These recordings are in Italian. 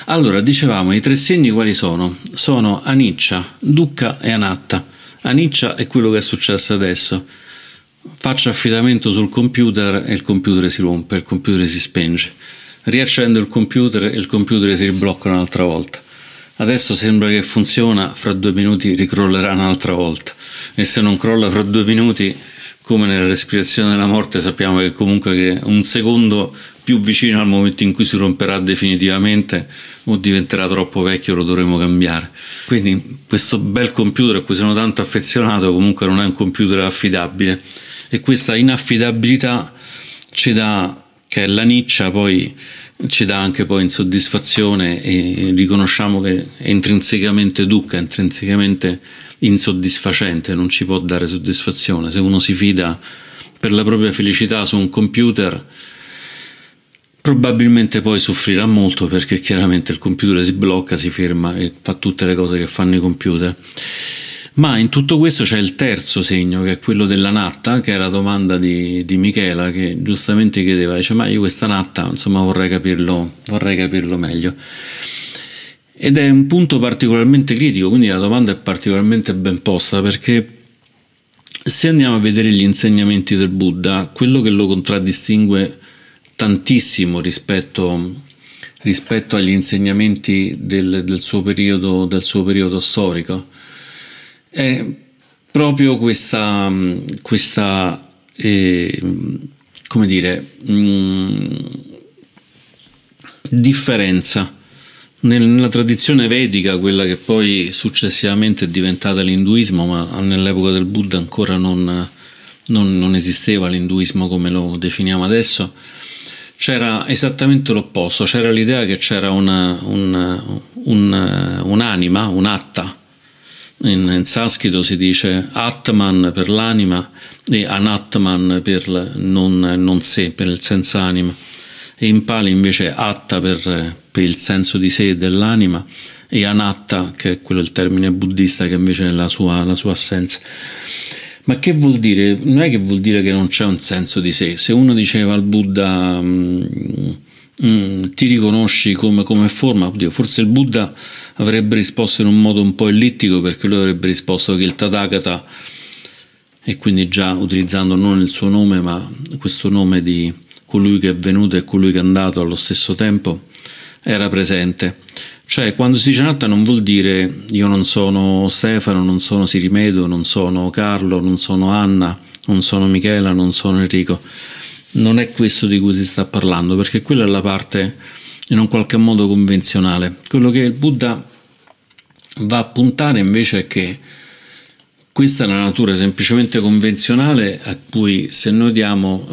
Allora, dicevamo, i tre segni quali sono? Sono Aniccia, Dukkha e Anatta. Aniccia è quello che è successo adesso. Faccio affidamento sul computer e il computer si rompe, il computer si spenge. Riaccendo il computer e il computer si riblocca un'altra volta. Adesso sembra che funziona, fra 2 minuti ricrollerà un'altra volta. E se non crolla fra 2 minuti, come nella respirazione della morte, sappiamo che comunque che un secondo più vicino al momento in cui si romperà definitivamente o diventerà troppo vecchio, lo dovremo cambiare. Quindi questo bel computer a cui sono tanto affezionato comunque non è un computer affidabile, e questa inaffidabilità ci dà, che è la niccia, poi ci dà anche poi insoddisfazione, e riconosciamo che è intrinsecamente dukkha, intrinsecamente insoddisfacente, non ci può dare soddisfazione. Se uno si fida per la propria felicità su un computer, probabilmente poi soffrirà molto, perché chiaramente il computer si blocca, si ferma e fa tutte le cose che fanno i computer. Ma in tutto questo c'è il terzo segno, che è quello dell'anatta, che è la domanda di Michela, che giustamente chiedeva, dice: ma io questa anatta, insomma, vorrei capirlo meglio. Ed è un punto particolarmente critico, quindi la domanda è particolarmente ben posta, perché se andiamo a vedere gli insegnamenti del Buddha, quello che lo contraddistingue tantissimo rispetto agli insegnamenti del suo periodo storico è proprio questa come dire, differenza. Nella tradizione vedica, quella che poi successivamente è diventata l'induismo, ma nell'epoca del Buddha ancora non esisteva l'induismo come lo definiamo adesso, c'era esattamente l'opposto. C'era l'idea che c'era un'anima, un'atta. In sanscrito si dice Atman per l'anima e Anatman per non sé, per il senza anima, e in Pali invece Atta per il senso di sé e dell'anima, e Anatta, che è quello il termine buddista, che invece è la sua assenza. Ma che vuol dire? Non è che vuol dire che non c'è un senso di sé. Se uno diceva al Buddha ti riconosci come forma, oddio, forse il Buddha avrebbe risposto in un modo un po' ellittico, perché lui avrebbe risposto che il Tathagata, e quindi già utilizzando non il suo nome ma questo nome di colui che è venuto e colui che è andato allo stesso tempo, era presente. Cioè, quando si dice Anatta non vuol dire io non sono Stefano, non sono Sirimedo, non sono Carlo, non sono Anna, non sono Michela, non sono Enrico. Non è questo di cui si sta parlando, perché quella è la parte in un qualche modo convenzionale. Quello che il Buddha va a puntare invece è che questa è una natura semplicemente convenzionale, a cui se noi diamo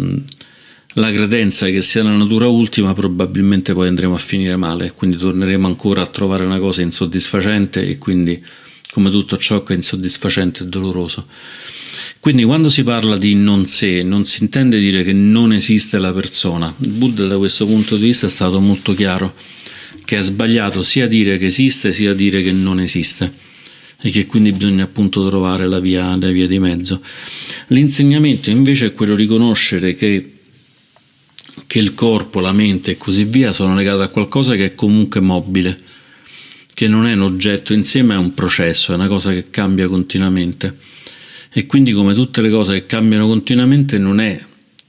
la credenza che sia la natura ultima, probabilmente poi andremo a finire male, quindi torneremo ancora a trovare una cosa insoddisfacente, e quindi, come tutto ciò che è insoddisfacente, è doloroso. Quindi quando si parla di non sé, non si intende dire che non esiste la persona. Il Buddha da questo punto di vista è stato molto chiaro, che è sbagliato sia dire che esiste sia dire che non esiste, e che quindi bisogna appunto trovare la via di mezzo. L'insegnamento invece è quello di riconoscere che il corpo, la mente e così via sono legati a qualcosa che è comunque mobile, che non è un oggetto insieme, è un processo, è una cosa che cambia continuamente, e quindi, come tutte le cose che cambiano continuamente, non è,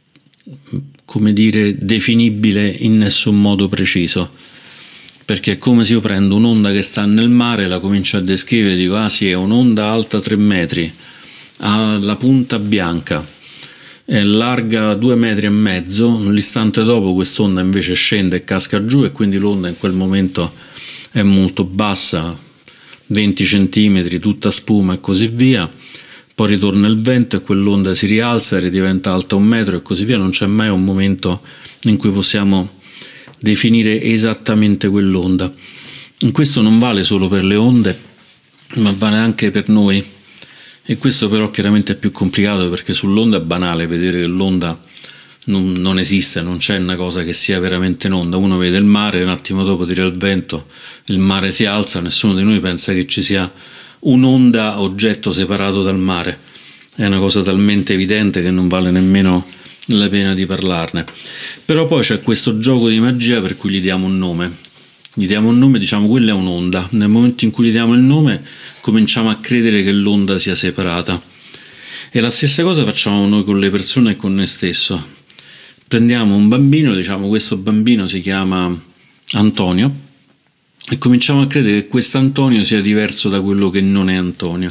come dire, definibile in nessun modo preciso, perché è come se io prendo un'onda che sta nel mare, la comincio a descrivere e dico: ah sì, è un'onda alta 3 metri, ha la punta bianca, è larga 2,5 metri, l'istante dopo quest'onda invece scende e casca giù, e quindi l'onda in quel momento è molto bassa, 20 centimetri, tutta spuma e così via. Poi ritorna il vento e quell'onda si rialza e diventa alta 1 metro e così via. Non c'è mai un momento in cui possiamo definire esattamente quell'onda. Questo non vale solo per le onde, ma vale anche per noi. E questo però chiaramente è più complicato, perché sull'onda è banale vedere che l'onda non esiste, non c'è una cosa che sia veramente un'onda. Uno vede il mare, un attimo dopo tira il vento, il mare si alza, nessuno di noi pensa che ci sia un'onda oggetto separato dal mare. È una cosa talmente evidente che non vale nemmeno la pena di parlarne. Però poi c'è questo gioco di magia per cui gli diamo un nome. gli diamo un nome, diciamo quella è un'onda. Nel momento in cui gli diamo il nome cominciamo a credere che l'onda sia separata. E la stessa cosa facciamo noi con le persone e con noi stesso. Prendiamo un bambino, diciamo questo bambino si chiama Antonio, e cominciamo a credere che questo Antonio sia diverso da quello che non è Antonio.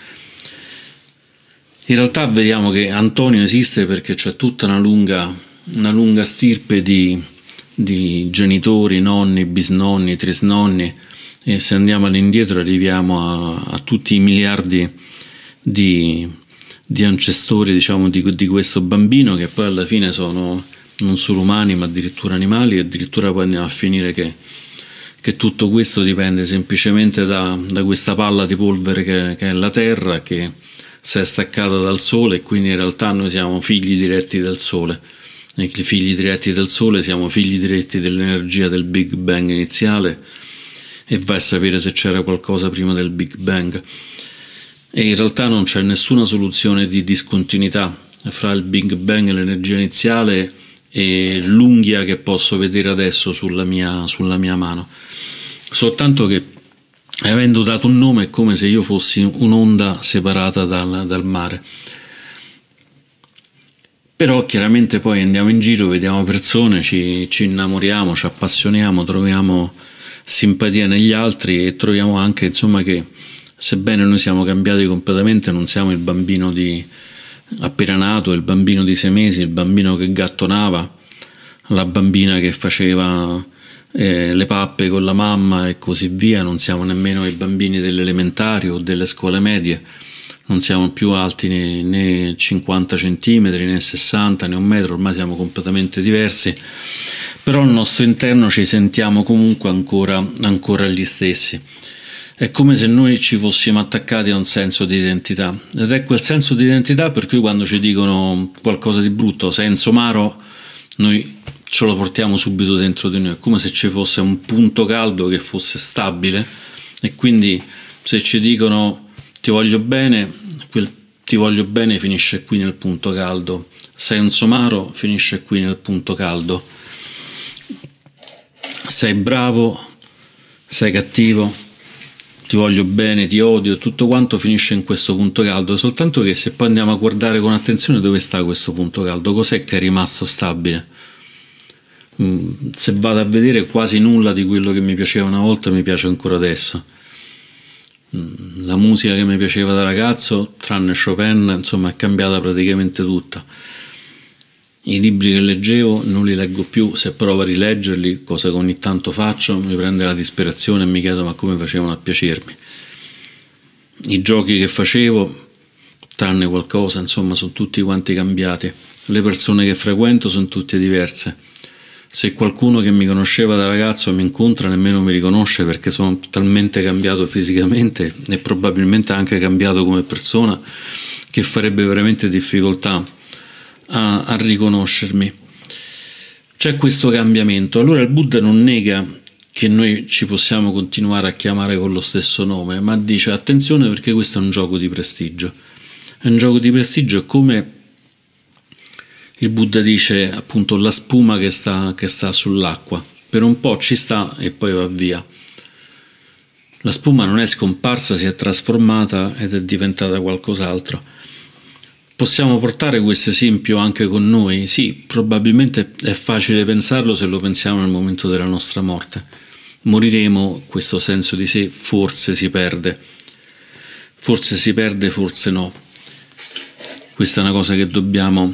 In realtà vediamo che Antonio esiste perché c'è tutta una lunga stirpe di genitori, nonni, bisnonni, trisnonni, e se andiamo all'indietro arriviamo a tutti i miliardi di ancestori, diciamo, di questo bambino, che poi alla fine sono non solo umani ma addirittura animali, e addirittura poi andiamo a finire che tutto questo dipende semplicemente da questa palla di polvere che è la Terra, che si è staccata dal Sole, e quindi in realtà noi siamo figli diretti del Sole. E i figli diretti del Sole siamo figli diretti dell'energia del Big Bang iniziale, e vai a sapere se c'era qualcosa prima del Big Bang. E in realtà non c'è nessuna soluzione di discontinuità fra il Big Bang e l'energia iniziale e l'unghia che posso vedere adesso sulla mia mano, soltanto che, avendo dato un nome, è come se io fossi un'onda separata dal mare. Però chiaramente poi andiamo in giro, vediamo persone, ci innamoriamo, ci appassioniamo, troviamo simpatia negli altri, e troviamo anche, insomma, che sebbene noi siamo cambiati completamente, non siamo il bambino appena nato, il bambino di 6 mesi, il bambino che gattonava, la bambina che faceva le pappe con la mamma e così via. Non siamo nemmeno i bambini delle elementari o delle scuole medie, non siamo più alti né 50 centimetri né 60 né un metro, ormai siamo completamente diversi, però al nostro interno ci sentiamo comunque ancora gli stessi. È come se noi ci fossimo attaccati a un senso di identità, ed è quel senso di identità per cui quando ci dicono qualcosa di brutto, sei insomaro, noi ce lo portiamo subito dentro di noi. È come se ci fosse un punto caldo che fosse stabile, e quindi se ci dicono ti voglio bene, quel ti voglio bene finisce qui nel punto caldo, sei un somaro finisce qui nel punto caldo, sei bravo, sei cattivo, ti voglio bene, ti odio, tutto quanto finisce in questo punto caldo. Soltanto che se poi andiamo a guardare con attenzione dove sta questo punto caldo, cos'è che è rimasto stabile? Se vado a vedere, quasi nulla di quello che mi piaceva una volta mi piace ancora adesso. La musica che mi piaceva da ragazzo, tranne Chopin, insomma, è cambiata praticamente tutta. I libri che leggevo non li leggo più, se provo a rileggerli, cosa che ogni tanto faccio, mi prende la disperazione e mi chiedo ma come facevano a piacermi. I giochi che facevo, tranne qualcosa, insomma, sono tutti quanti cambiati. Le persone che frequento sono tutte diverse. Se qualcuno che mi conosceva da ragazzo mi incontra, nemmeno mi riconosce, perché sono talmente cambiato fisicamente e probabilmente anche cambiato come persona, che farebbe veramente difficoltà a riconoscermi. C'è questo cambiamento. Allora il Buddha non nega che noi ci possiamo continuare a chiamare con lo stesso nome, ma dice attenzione, perché questo è un gioco di prestigio. È un gioco di prestigio, come il Buddha dice, appunto, la spuma che sta sull'acqua. Per un po' ci sta e poi va via. La spuma non è scomparsa, si è trasformata ed è diventata qualcos'altro. Possiamo portare questo esempio anche con noi? Sì, probabilmente è facile pensarlo se lo pensiamo nel momento della nostra morte. Moriremo, questo senso di sé forse si perde. Forse si perde, forse no. Questa è una cosa che dobbiamo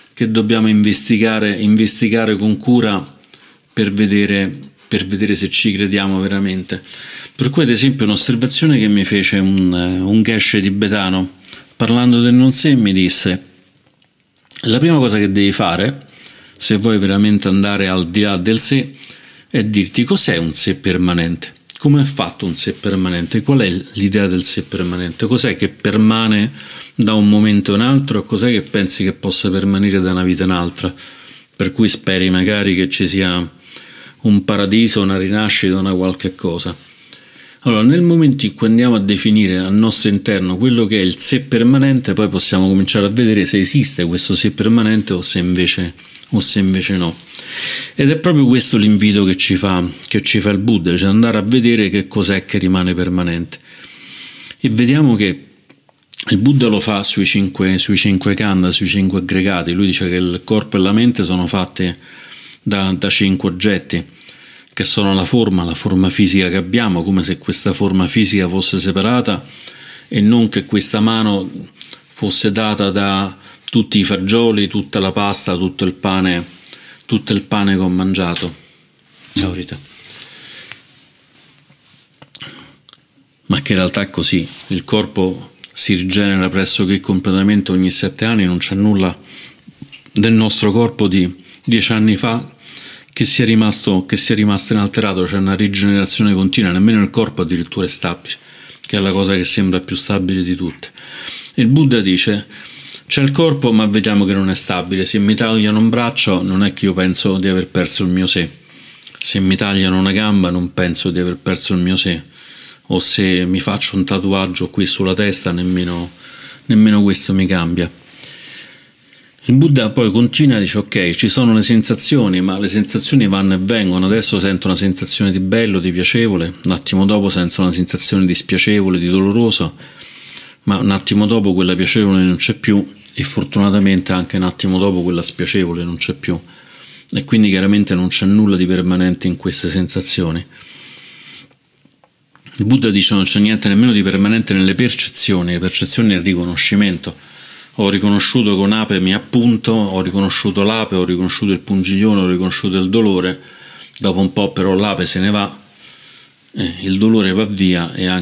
investigare con cura per vedere se ci crediamo veramente. Per cui, ad esempio, un'osservazione che mi fece un geshe tibetano, parlando del non sé, mi disse: la prima cosa che devi fare, se vuoi veramente andare al di là del sé, è dirti cos'è un sé permanente, come è fatto un sé permanente, qual è l'idea del sé permanente, cos'è che permane da un momento a un altro, cos'è che pensi che possa permanere da una vita a un'altra, per cui speri magari che ci sia un paradiso, una rinascita, una qualche cosa. Allora, nel momento in cui andiamo a definire al nostro interno quello che è il sé permanente, poi possiamo cominciare a vedere se esiste questo sé permanente o se invece o se invece no. Ed è proprio questo l'invito che ci fa il Buddha, cioè andare a vedere che cos'è che rimane permanente. E vediamo che il Buddha lo fa sui cinque khandha, sui 5 aggregati. Lui dice che il corpo e la mente sono fatte da 5 oggetti, che sono la forma fisica che abbiamo, come se questa forma fisica fosse separata e non che questa mano fosse data da tutti i fagioli, tutta la pasta, tutto il pane che ho mangiato. Laurita. Ma che in realtà è così. Il corpo si rigenera pressoché completamente ogni 7 anni, non c'è nulla del nostro corpo di 10 anni fa che sia rimasto inalterato, c'è una rigenerazione continua, nemmeno il corpo addirittura è stabile, che è la cosa che sembra più stabile di tutte. Il Buddha dice: c'è il corpo, ma vediamo che non è stabile. Se mi tagliano un braccio, non è che io penso di aver perso il mio sé. Se mi tagliano una gamba, non penso di aver perso il mio sé. O se mi faccio un tatuaggio qui sulla testa, nemmeno questo mi cambia. Il Buddha poi continua e dice: ok, ci sono le sensazioni, ma le sensazioni vanno e vengono. Adesso sento una sensazione di bello, di piacevole, un attimo dopo sento una sensazione di spiacevole, di doloroso, ma un attimo dopo quella piacevole non c'è più, e fortunatamente anche un attimo dopo quella spiacevole non c'è più, e quindi chiaramente non c'è nulla di permanente in queste sensazioni. Il Buddha dice: non c'è niente nemmeno di permanente nelle percezioni. Le percezioni è il riconoscimento. Ho riconosciuto con ape mi appunto, ho riconosciuto l'ape, ho riconosciuto il pungiglione, ho riconosciuto il dolore. Dopo un po' però l'ape se ne va, il dolore va via, e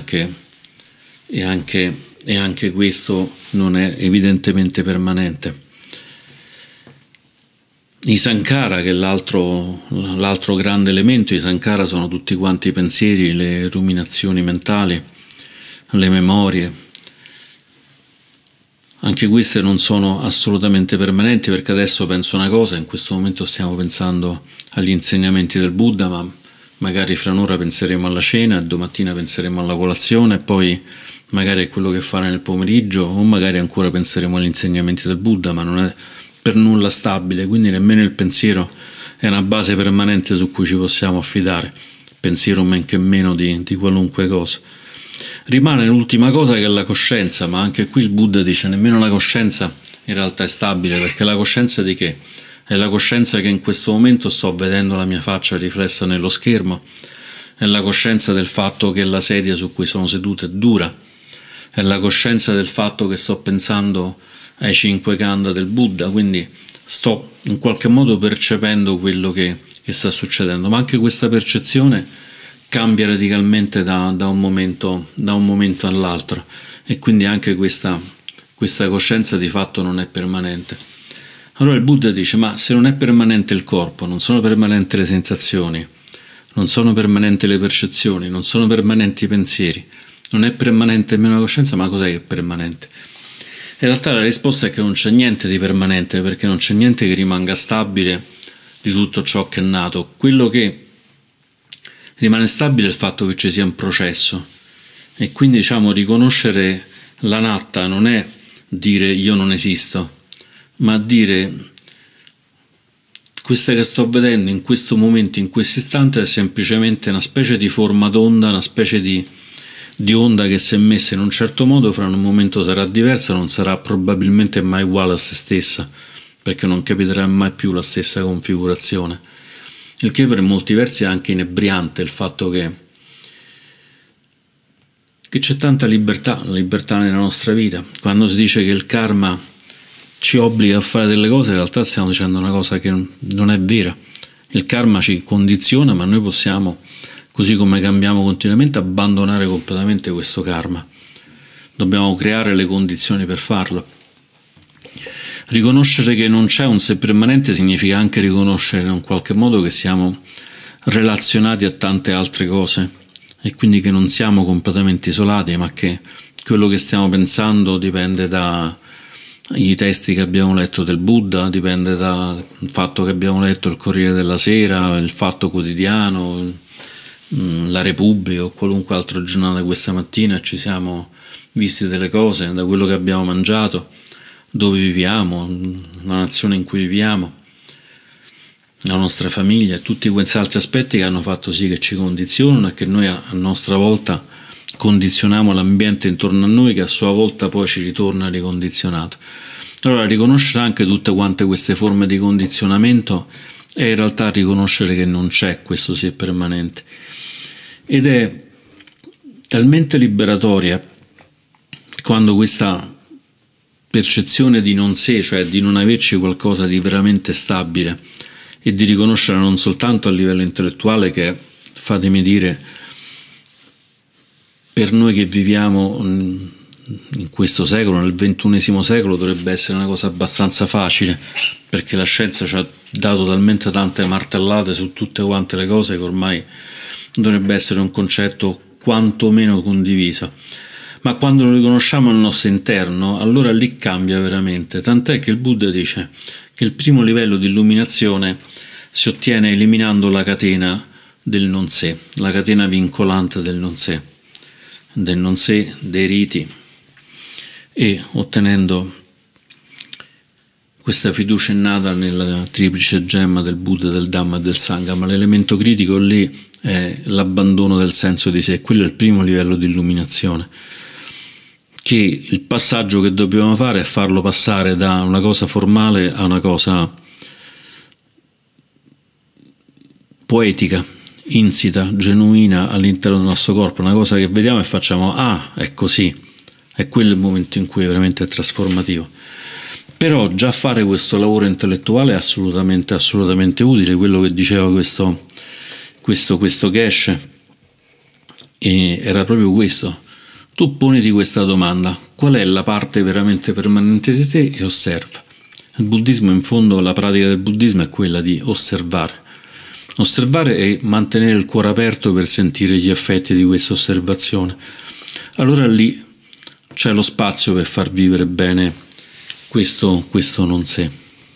anche questo non è evidentemente permanente. I sankhara, che è l'altro grande elemento. I sankhara sono tutti quanti i pensieri, le ruminazioni mentali, le memorie. Anche queste non sono assolutamente permanenti, perché adesso penso una cosa, in questo momento stiamo pensando agli insegnamenti del Buddha, ma magari fra un'ora penseremo alla cena, e domattina penseremo alla colazione, e poi magari è quello che fare nel pomeriggio, o magari ancora penseremo agli insegnamenti del Buddha, ma non è per nulla stabile, quindi nemmeno il pensiero è una base permanente su cui ci possiamo affidare, il pensiero men che meno di qualunque cosa. Rimane l'ultima cosa, che è la coscienza, ma anche qui il Buddha dice nemmeno la coscienza in realtà è stabile, perché la coscienza di che? È la coscienza che in questo momento sto vedendo la mia faccia riflessa nello schermo, è la coscienza del fatto che la sedia su cui sono seduto è dura, è la coscienza del fatto che sto pensando ai 5 khandha del Buddha, quindi sto in qualche modo percependo quello che sta succedendo, ma anche questa percezione cambia radicalmente da un momento all'altro, e quindi anche questa coscienza di fatto non è permanente. Allora il Buddha dice: ma se non è permanente il corpo, non sono permanenti le sensazioni, non sono permanenti le percezioni, non sono permanenti i pensieri, non è permanente nemmeno la coscienza, ma cos'è che è permanente? In realtà la risposta è che non c'è niente di permanente, perché non c'è niente che rimanga stabile di tutto ciò che è nato. Quello che rimane stabile è il fatto che ci sia un processo, e quindi riconoscere l'anatta non è dire io non esisto, ma dire questa che sto vedendo in questo momento, in questo istante, è semplicemente una specie di forma d'onda, una specie di onda che, se messa in un certo modo, fra un momento sarà diversa, non sarà probabilmente mai uguale a se stessa, perché non capiterà mai più la stessa configurazione. Il che per molti versi è anche inebriante, il fatto che c'è tanta libertà nella nostra vita. Quando si dice che il karma ci obbliga a fare delle cose, in realtà stiamo dicendo una cosa che non è vera. Il karma ci condiziona, ma noi possiamo, così come cambiamo continuamente, abbandonare completamente questo karma. Dobbiamo creare le condizioni per farlo. Riconoscere che non c'è un sé permanente significa anche riconoscere in un qualche modo che siamo relazionati a tante altre cose, e quindi che non siamo completamente isolati, ma che quello che stiamo pensando dipende dai testi che abbiamo letto del Buddha, dipende dal fatto che abbiamo letto il Corriere della Sera, il Fatto Quotidiano, la Repubblica o qualunque altro giornale questa mattina, ci siamo visti delle cose, da quello che abbiamo mangiato, dove viviamo, la nazione in cui viviamo. la nostra famiglia e tutti questi altri aspetti che hanno fatto sì che ci condizionano e che noi a nostra volta condizioniamo l'ambiente intorno a noi, che a sua volta poi ci ritorna ricondizionato. Allora riconoscere anche tutte quante queste forme di condizionamento è in realtà riconoscere che non c'è questo sé permanente, ed è talmente liberatoria quando questa percezione di non sé, cioè di non averci qualcosa di veramente stabile, e di riconoscere non soltanto a livello intellettuale, che fatemi dire, per noi che viviamo in questo secolo, nel XXI secolo, dovrebbe essere una cosa abbastanza facile, perché la scienza ci ha dato talmente tante martellate su tutte quante le cose che ormai dovrebbe essere un concetto quantomeno condiviso. Ma quando lo riconosciamo al nostro interno, allora lì cambia veramente, tant'è che il Buddha dice che il primo livello di illuminazione si ottiene eliminando la catena del non sé, la catena vincolante del non sé, dei riti, e ottenendo questa fiducia innata nella triplice gemma del Buddha, del Dhamma e del Sangha. Ma l'elemento critico lì è l'abbandono del senso di sé, quello è il primo livello di illuminazione, che il passaggio che dobbiamo fare è farlo passare da una cosa formale a una cosa poetica, insita, genuina all'interno del nostro corpo, una cosa che vediamo e facciamo ah, è così, è quello il momento in cui veramente è trasformativo. Però già fare questo lavoro intellettuale è assolutamente utile, quello che diceva questo Geshe, e era proprio questo. Tu poniti questa domanda: qual è la parte veramente permanente di te, e osserva. Il buddismo, in fondo, la pratica del buddismo è quella di osservare e mantenere il cuore aperto per sentire gli effetti di questa osservazione. Allora lì c'è lo spazio per far vivere bene questo non sé.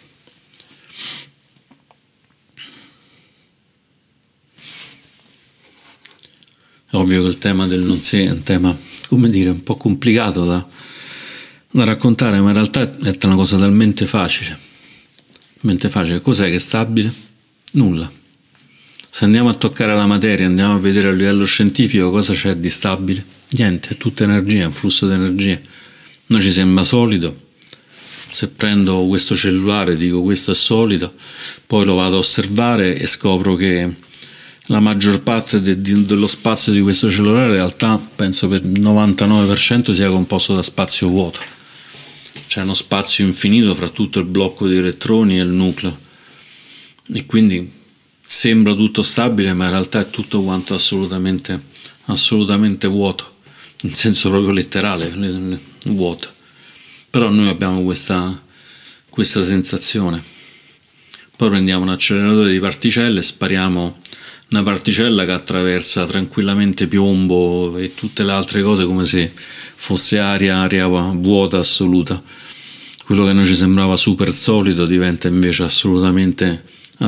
È ovvio che il tema del non sé è un tema, come dire, un po' complicato da raccontare, ma in realtà è una cosa talmente facile. Cos'è che è stabile? Nulla. Se andiamo a toccare la materia, andiamo a vedere a livello scientifico cosa c'è di stabile, niente, è tutta energia, è un flusso di energia. Noi ci sembra solido. Se prendo questo cellulare, dico questo è solido, poi lo vado a osservare e scopro che la maggior parte dello spazio di questo cellulare in realtà penso per il 99% sia composto da spazio vuoto. C'è uno spazio infinito fra tutto il blocco di elettroni e il nucleo, e quindi sembra tutto stabile, ma in realtà è tutto quanto assolutamente vuoto, in senso proprio letterale, vuoto. Però noi abbiamo questa sensazione. Poi prendiamo un acceleratore di particelle, spariamo una particella che attraversa tranquillamente piombo e tutte le altre cose come se fosse aria vuota assoluta. Quello che a noi ci sembrava super solido diventa invece assolutamente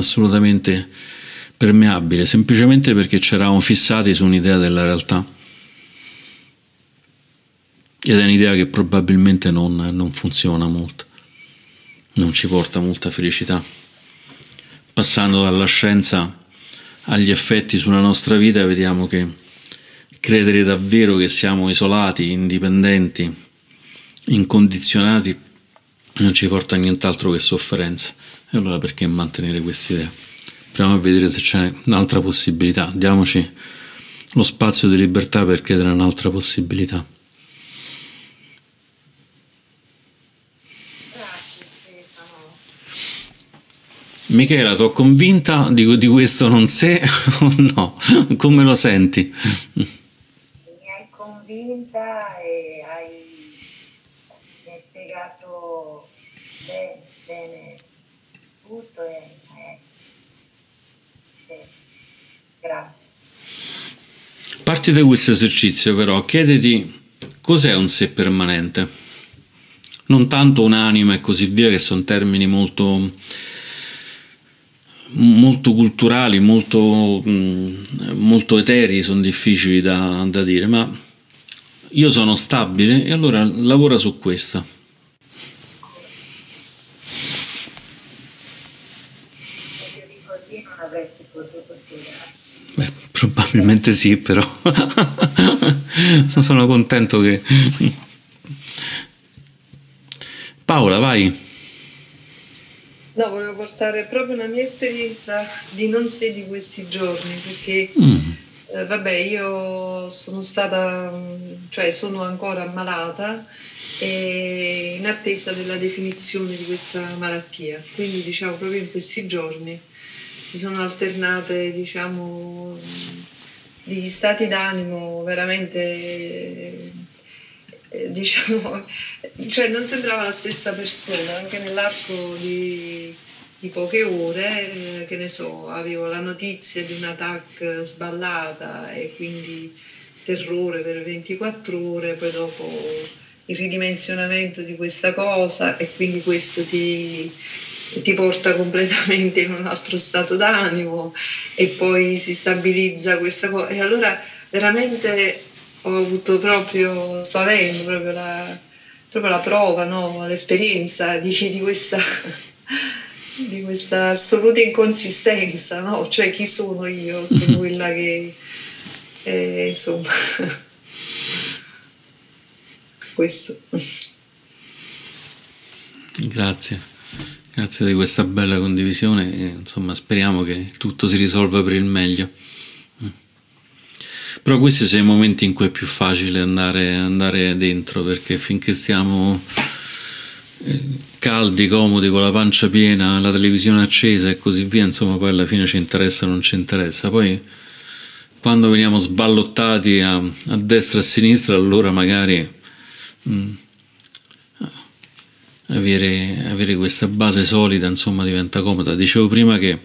permeabile, semplicemente perché ci eravamo fissati su un'idea della realtà, ed è un'idea che probabilmente non funziona molto, non ci porta molta felicità. Passando dalla scienza agli effetti sulla nostra vita, vediamo che credere davvero che siamo isolati, indipendenti, incondizionati non ci porta a nient'altro che sofferenza. E allora perché mantenere quest'idea? Proviamo a vedere se c'è un'altra possibilità, diamoci lo spazio di libertà per credere a un'altra possibilità. Michela, t'ho convinta di questo non sé o no? Come lo senti? Mi hai convinta e mi hai spiegato bene tutto grazie. Parti da questo esercizio, però, chiediti cos'è un sé permanente. Non tanto un'anima e così via, che sono termini molto culturali, molto eterei, sono difficili da dire, ma io sono stabile, e allora lavora su questo. Voglio probabilmente sì, però sono contento che... Paola, vai. No, volevo portare proprio una mia esperienza di non sé di questi giorni, perché vabbè, io sono stata, cioè sono ancora ammalata e in attesa della definizione di questa malattia. Quindi diciamo proprio in questi giorni si sono alternate, diciamo, degli stati d'animo veramente, diciamo, cioè non sembrava la stessa persona, anche nell'arco di poche ore, che ne so, avevo la notizia di un TAC sballata e quindi terrore per 24 ore, poi dopo il ridimensionamento di questa cosa e quindi questo ti porta completamente in un altro stato d'animo e poi si stabilizza questa cosa e allora veramente ho avuto proprio, sto avendo proprio la prova, no? L'esperienza di questa assoluta inconsistenza, no? Cioè chi sono io? Sono quella che insomma questo. Grazie di questa bella condivisione e, insomma, speriamo che tutto si risolva per il meglio. Però questi sono i momenti in cui è più facile andare dentro, perché finché stiamo caldi, comodi, con la pancia piena, la televisione accesa e così via, insomma, poi alla fine ci interessa o non ci interessa. Poi quando veniamo sballottati a destra e a sinistra, allora magari avere questa base solida, insomma, diventa comoda. Dicevo prima che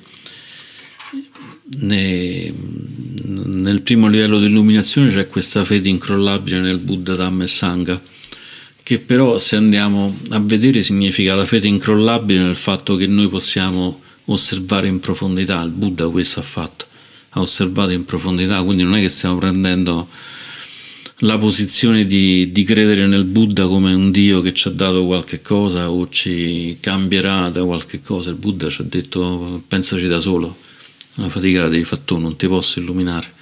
nel primo livello di illuminazione c'è questa fede incrollabile nel Buddha, Dhamma e Sangha, che però, se andiamo a vedere, significa la fede incrollabile nel fatto che noi possiamo osservare in profondità. Il Buddha questo ha fatto, ha osservato in profondità, quindi non è che stiamo prendendo la posizione di credere nel Buddha come un Dio che ci ha dato qualche cosa o ci cambierà da qualche cosa. Il Buddha ci ha detto: pensaci da solo, la fatica la devi fare tu, non ti posso illuminare.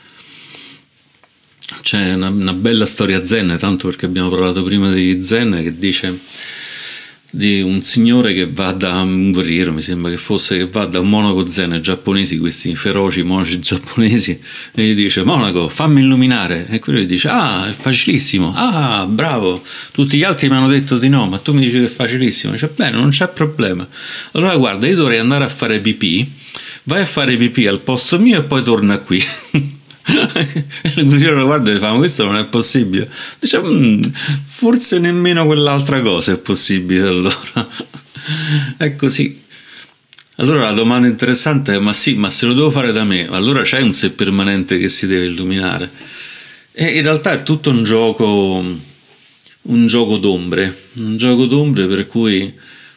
C'è una bella storia zen, tanto perché abbiamo parlato prima di zen, che dice di un signore che va da un guerriero, mi sembra che fosse, che va da un monaco zen giapponesi, questi feroci monaci giapponesi, e gli dice: monaco, fammi illuminare. E quello gli dice: ah, è facilissimo, ah, bravo, tutti gli altri mi hanno detto di no, ma tu mi dici che è facilissimo. Dice: bene, non c'è problema, allora guarda, io dovrei andare a fare pipì, vai a fare pipì al posto mio e poi torna qui. Il guerriero lo guarda e fa: ma questo non è possibile. Dice: forse nemmeno quell'altra cosa è possibile, allora. È così. Allora la domanda interessante è: ma sì, ma se lo devo fare da me, allora c'è un sé permanente che si deve illuminare? E in realtà è tutto un gioco d'ombre, per cui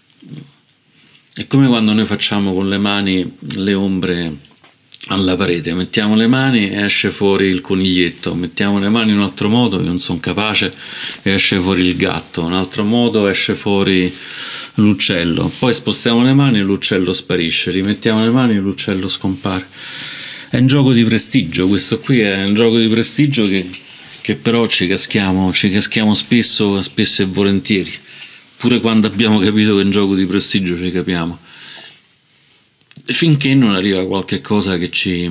è come quando noi facciamo con le mani le ombre alla parete, mettiamo le mani e esce fuori il coniglietto, mettiamo le mani in un altro modo, io non sono capace, e esce fuori il gatto, un altro modo esce fuori l'uccello, poi spostiamo le mani e l'uccello sparisce, rimettiamo le mani e l'uccello scompare. È un gioco di prestigio, questo qui è un gioco di prestigio che però ci caschiamo spesso e volentieri, pure quando abbiamo capito che è un gioco di prestigio ci capiamo, finché non arriva qualche cosa che ci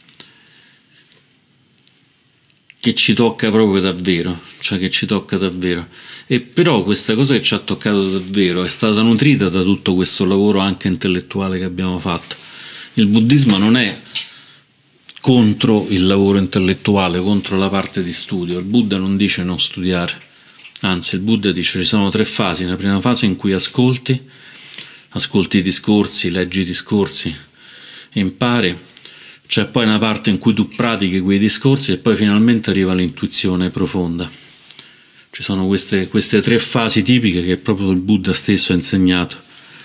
tocca proprio davvero, cioè che ci tocca davvero. E però questa cosa che ci ha toccato davvero è stata nutrita da tutto questo lavoro anche intellettuale che abbiamo fatto. Il buddismo non è contro il lavoro intellettuale, contro la parte di studio. Il Buddha non dice non studiare, anzi il Buddha dice: ci sono 3 fasi. La prima fase in cui ascolti i discorsi, leggi i discorsi, impari. C'è poi una parte in cui tu pratichi quei discorsi e poi finalmente arriva l'intuizione profonda. Ci sono queste 3 fasi tipiche che proprio il Buddha stesso ha insegnato.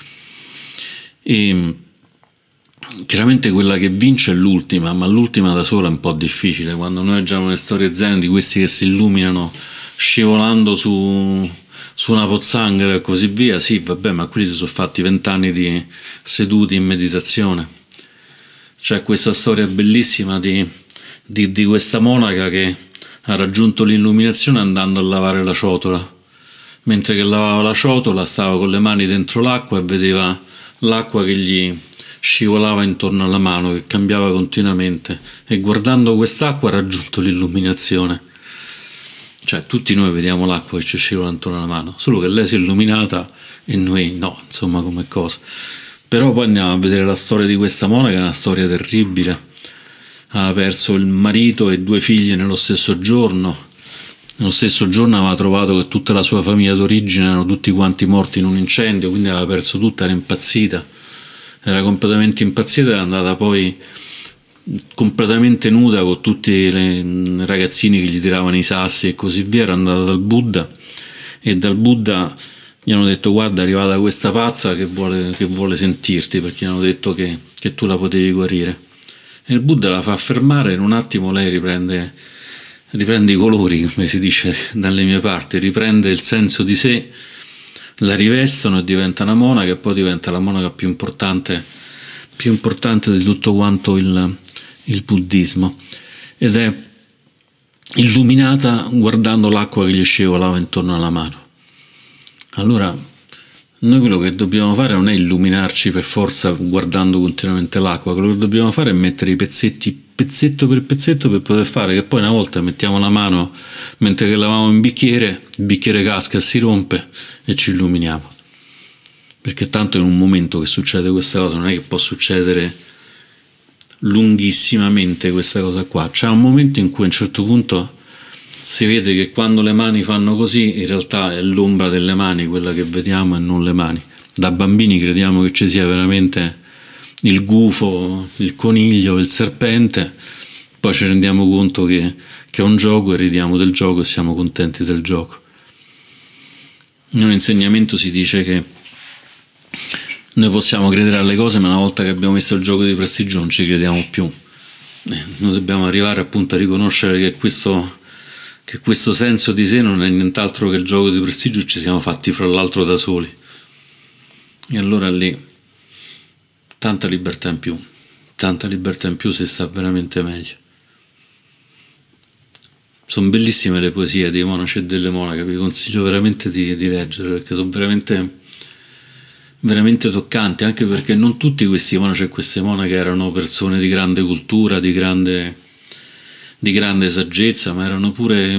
E chiaramente quella che vince è l'ultima, ma l'ultima da sola è un po' difficile. Quando noi leggiamo le storie zen di questi che si illuminano scivolando su una pozzanghera e così via, sì, vabbè, ma quelli si sono fatti 20 anni di seduti in meditazione. C'è questa storia bellissima di di questa monaca che ha raggiunto l'illuminazione andando a lavare la ciotola. Mentre che lavava la ciotola stava con le mani dentro l'acqua e vedeva l'acqua che gli scivolava intorno alla mano, che cambiava continuamente, e guardando quest'acqua ha raggiunto l'illuminazione. Cioè tutti noi vediamo l'acqua che ci scivola intorno alla mano, solo che lei si è illuminata e noi no, insomma, come cosa. Però poi andiamo a vedere la storia di questa monaca, è una storia terribile. Ha perso il marito e 2 figlie nello stesso giorno. Nello stesso giorno aveva trovato che tutta la sua famiglia d'origine erano tutti quanti morti in un incendio, quindi aveva perso tutto, era impazzita. Era completamente impazzita, era andata poi completamente nuda con tutti i ragazzini che gli tiravano i sassi e così via. Era andata dal Buddha e dal Buddha gli hanno detto: guarda, è arrivata questa pazza che vuole sentirti, perché gli hanno detto che tu la potevi guarire. E il Buddha la fa fermare, in un attimo lei riprende i colori, come si dice dalle mie parti, riprende il senso di sé, la rivestono e diventa una monaca, e poi diventa la monaca più importante di tutto quanto il buddismo, ed è illuminata guardando l'acqua che gli scivolava intorno alla mano. Allora noi quello che dobbiamo fare non è illuminarci per forza guardando continuamente l'acqua, quello che dobbiamo fare è mettere i pezzetti pezzetto per pezzetto, per poter fare che poi una volta mettiamo la mano mentre che lavamo un bicchiere, il bicchiere casca e si rompe e ci illuminiamo. Perché tanto in un momento che succede questa cosa, non è che può succedere lunghissimamente questa cosa qua. C'è un momento in cui a un certo punto si vede che quando le mani fanno così, in realtà è l'ombra delle mani quella che vediamo e non le mani. Da bambini crediamo che ci sia veramente il gufo, il coniglio, il serpente, poi ci rendiamo conto che è un gioco e ridiamo del gioco e siamo contenti del gioco. In un insegnamento si dice che noi possiamo credere alle cose, ma una volta che abbiamo visto il gioco di prestigio non ci crediamo più. Noi dobbiamo arrivare appunto a riconoscere che questo senso di sé non è nient'altro che il gioco di prestigio, ci siamo fatti fra l'altro da soli. E allora lì tanta libertà in più si sta veramente meglio. Sono bellissime le poesie dei monaci e delle monache, vi consiglio veramente di leggere, perché sono veramente veramente toccanti, anche perché non tutti questi monaci e queste monache erano persone di grande cultura, di grande saggezza, ma erano pure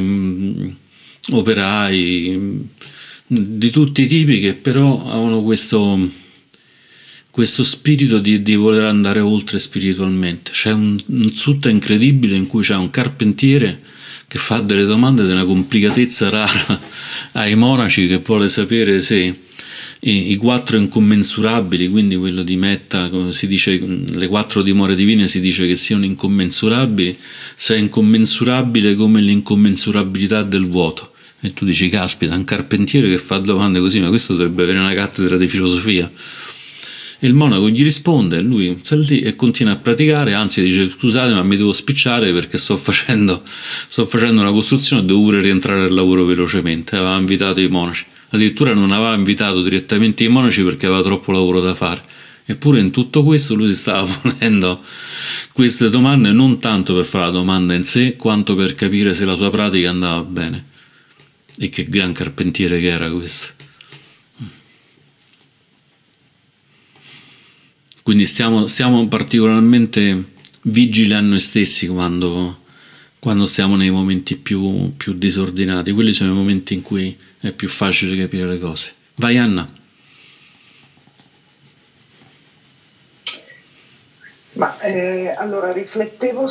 operai di tutti i tipi, che però avevano questo spirito di voler andare oltre spiritualmente. C'è un sutta incredibile in cui c'è un carpentiere che fa delle domande di una complicatezza rara ai monaci, che vuole sapere se i 4 incommensurabili, quindi quello di Metta, come si dice, le 4 dimore divine si dice che siano incommensurabili, se è incommensurabile come l'incommensurabilità del vuoto. E tu dici: caspita, un carpentiere che fa domande così, ma questo dovrebbe avere una cattedra di filosofia. E il monaco gli risponde, lui sta lì e continua a praticare, anzi dice: scusate, ma mi devo spicciare perché sto facendo una costruzione e devo pure rientrare al lavoro velocemente. Aveva invitato i monaci, addirittura non aveva invitato direttamente i monaci perché aveva troppo lavoro da fare. Eppure in tutto questo lui si stava ponendo queste domande non tanto per fare la domanda in sé, quanto per capire se la sua pratica andava bene. E che gran carpentiere che era questo. Quindi stiamo particolarmente vigili a noi stessi quando stiamo nei momenti più disordinati. Quelli sono i momenti in cui è più facile capire le cose. Vai, Anna. Ma allora riflettevo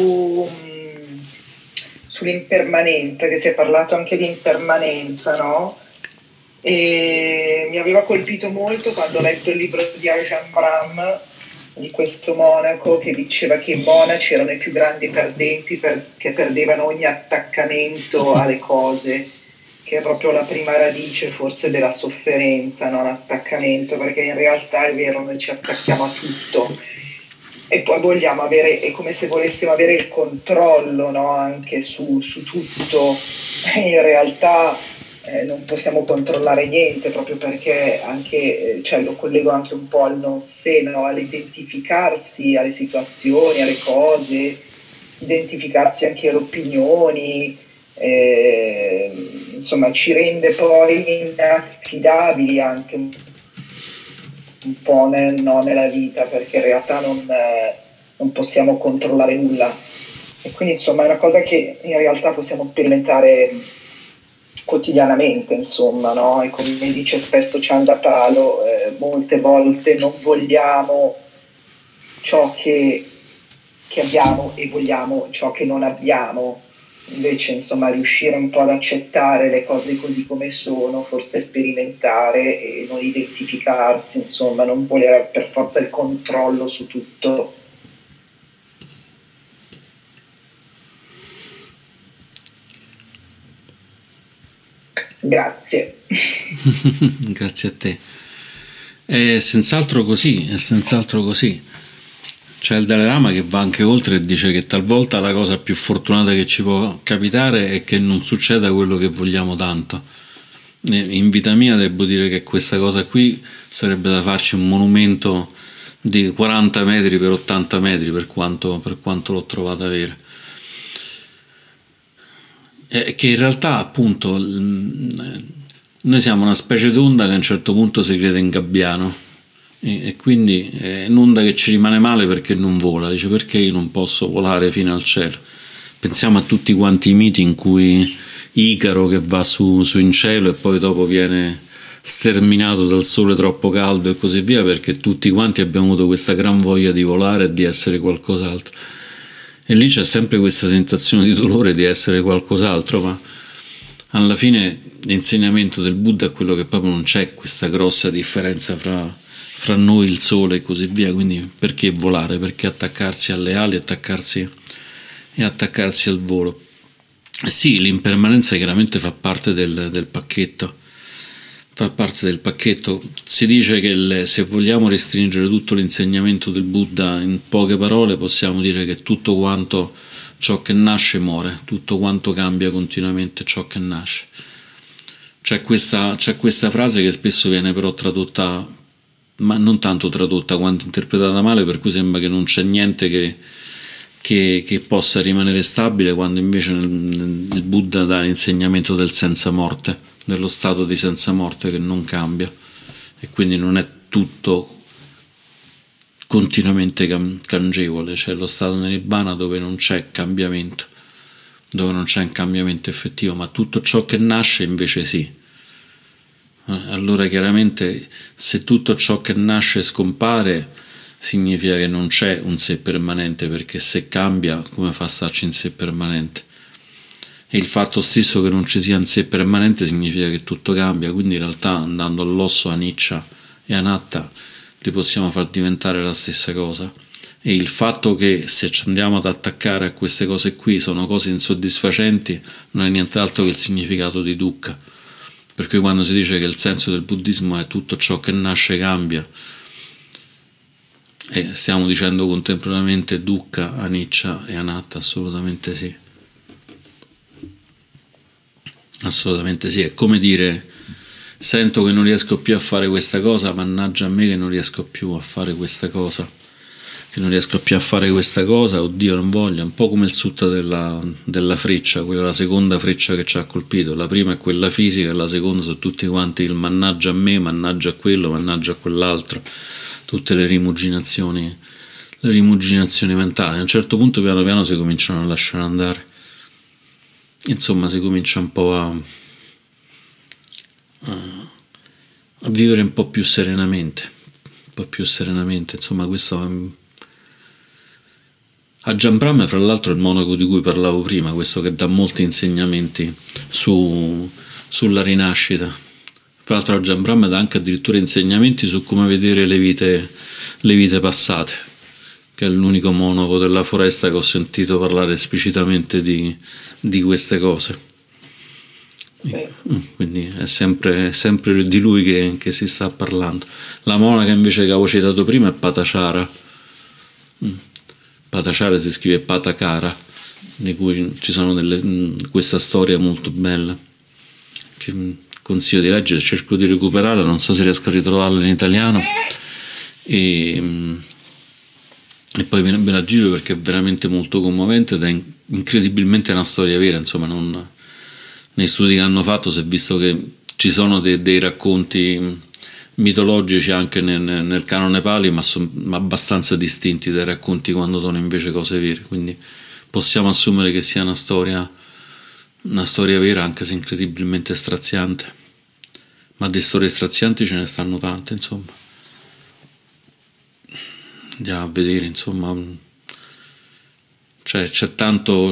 sull'impermanenza, che si è parlato anche di impermanenza, no? E mi aveva colpito molto quando ho letto il libro di Ajahn Brahm, di questo monaco che diceva che i monaci erano i più grandi perdenti perché perdevano ogni attaccamento alle cose, che è proprio la prima radice forse della sofferenza, no? L'attaccamento, perché in realtà è vero, noi ci attacchiamo a tutto e poi vogliamo avere, è come se volessimo avere il controllo, no? Anche su tutto. In realtà non possiamo controllare niente, proprio perché anche, cioè, lo collego anche un po' al non sé, no? All'identificarsi alle situazioni, alle cose, identificarsi anche le opinioni, insomma ci rende poi inaffidabili anche un po' nella vita, perché in realtà non possiamo controllare nulla, e quindi insomma è una cosa che in realtà possiamo sperimentare quotidianamente, insomma, no? E come dice spesso Ciandapalo, molte volte non vogliamo ciò che abbiamo e vogliamo ciò che non abbiamo. Invece, insomma, riuscire un po' ad accettare le cose così come sono, forse sperimentare e non identificarsi, insomma, non volere per forza il controllo su tutto. Grazie. Grazie a te. È senz'altro così, è senz'altro così. C'è il Dalai Lama che va anche oltre e dice che talvolta la cosa più fortunata che ci può capitare è che non succeda quello che vogliamo tanto. In vita mia devo dire che questa cosa qui sarebbe da farci un monumento di 40 metri per 80 metri per quanto l'ho trovata vera. Che in realtà appunto noi siamo una specie d'onda che a un certo punto si crede in gabbiano, e quindi è un'onda che ci rimane male perché non vola. Dice: perché io non posso volare fino al cielo? Pensiamo a tutti quanti i miti in cui Icaro che va su in cielo e poi dopo viene sterminato dal sole troppo caldo e così via, perché tutti quanti abbiamo avuto questa gran voglia di volare e di essere qualcos'altro. E lì c'è sempre questa sensazione di dolore di essere qualcos'altro, ma alla fine l'insegnamento del Buddha è quello che proprio non c'è questa grossa differenza fra noi, il sole e così via. Quindi perché volare? Perché attaccarsi alle ali, attaccarsi al volo? Sì, l'impermanenza chiaramente fa parte del pacchetto. Fa parte del pacchetto. Si dice che se vogliamo restringere tutto l'insegnamento del Buddha in poche parole, possiamo dire che tutto quanto ciò che nasce muore, tutto quanto cambia continuamente ciò che nasce. C'è questa frase che spesso viene però tradotta, ma non tanto tradotta quanto interpretata male, per cui sembra che non c'è niente che possa rimanere stabile, quando invece il Buddha dà l'insegnamento del senza morte, dello stato di senza morte che non cambia, e quindi non è tutto continuamente cangievole. C'è lo stato nirvana dove non c'è cambiamento, dove non c'è un cambiamento effettivo, ma tutto ciò che nasce invece sì. Allora chiaramente se tutto ciò che nasce scompare, significa che non c'è un sé permanente, perché se cambia come fa a starci in sé permanente? E il fatto stesso che non ci sia un sé permanente significa che tutto cambia, quindi in realtà andando all'osso, anicca e anatta li possiamo far diventare la stessa cosa. E il fatto che se ci andiamo ad attaccare a queste cose qui sono cose insoddisfacenti non è nient'altro che il significato di dukkha. Per cui quando si dice che il senso del buddismo è tutto ciò che nasce cambia, e stiamo dicendo contemporaneamente dukkha, anicca e anatta, assolutamente sì. Assolutamente sì. È come dire: sento che non riesco più a fare questa cosa, mannaggia a me che non riesco più a fare questa cosa, oddio non voglio. Un po' come il sutta della freccia, quella è la seconda freccia che ci ha colpito. La prima è quella fisica, e la seconda sono tutti quanti il mannaggia a me, mannaggia a quello, mannaggia a quell'altro, tutte le rimuginazioni mentali. A un certo punto piano piano si cominciano a lasciare andare, insomma si comincia un po' a vivere un po' più serenamente, insomma. Questo è... Ajahn Brahm, fra l'altro, è il monaco di cui parlavo prima, questo che dà molti insegnamenti sulla rinascita. Fra l'altro Ajahn Brahm dà anche addirittura insegnamenti su come vedere le vite passate, che è l'unico monaco della foresta che ho sentito parlare esplicitamente di queste cose. Quindi è sempre di lui che si sta parlando. La monaca invece che avevo citato prima è Patachara. Patachara si scrive Patakara, di cui ci sono questa storia molto bella che consiglio di leggere, cerco di recuperarla, non so se riesco a ritrovarla in italiano, e e poi ve la giro perché è veramente molto commovente ed è incredibilmente una storia vera, insomma, nei studi che hanno fatto si è visto che ci sono dei racconti mitologici anche nel canone Pali, ma sono abbastanza distinti dai racconti quando sono invece cose vere, quindi possiamo assumere che sia una storia vera, anche se incredibilmente straziante, ma di storie strazianti ce ne stanno tante, insomma. Andiamo a vedere, insomma, c'è tanto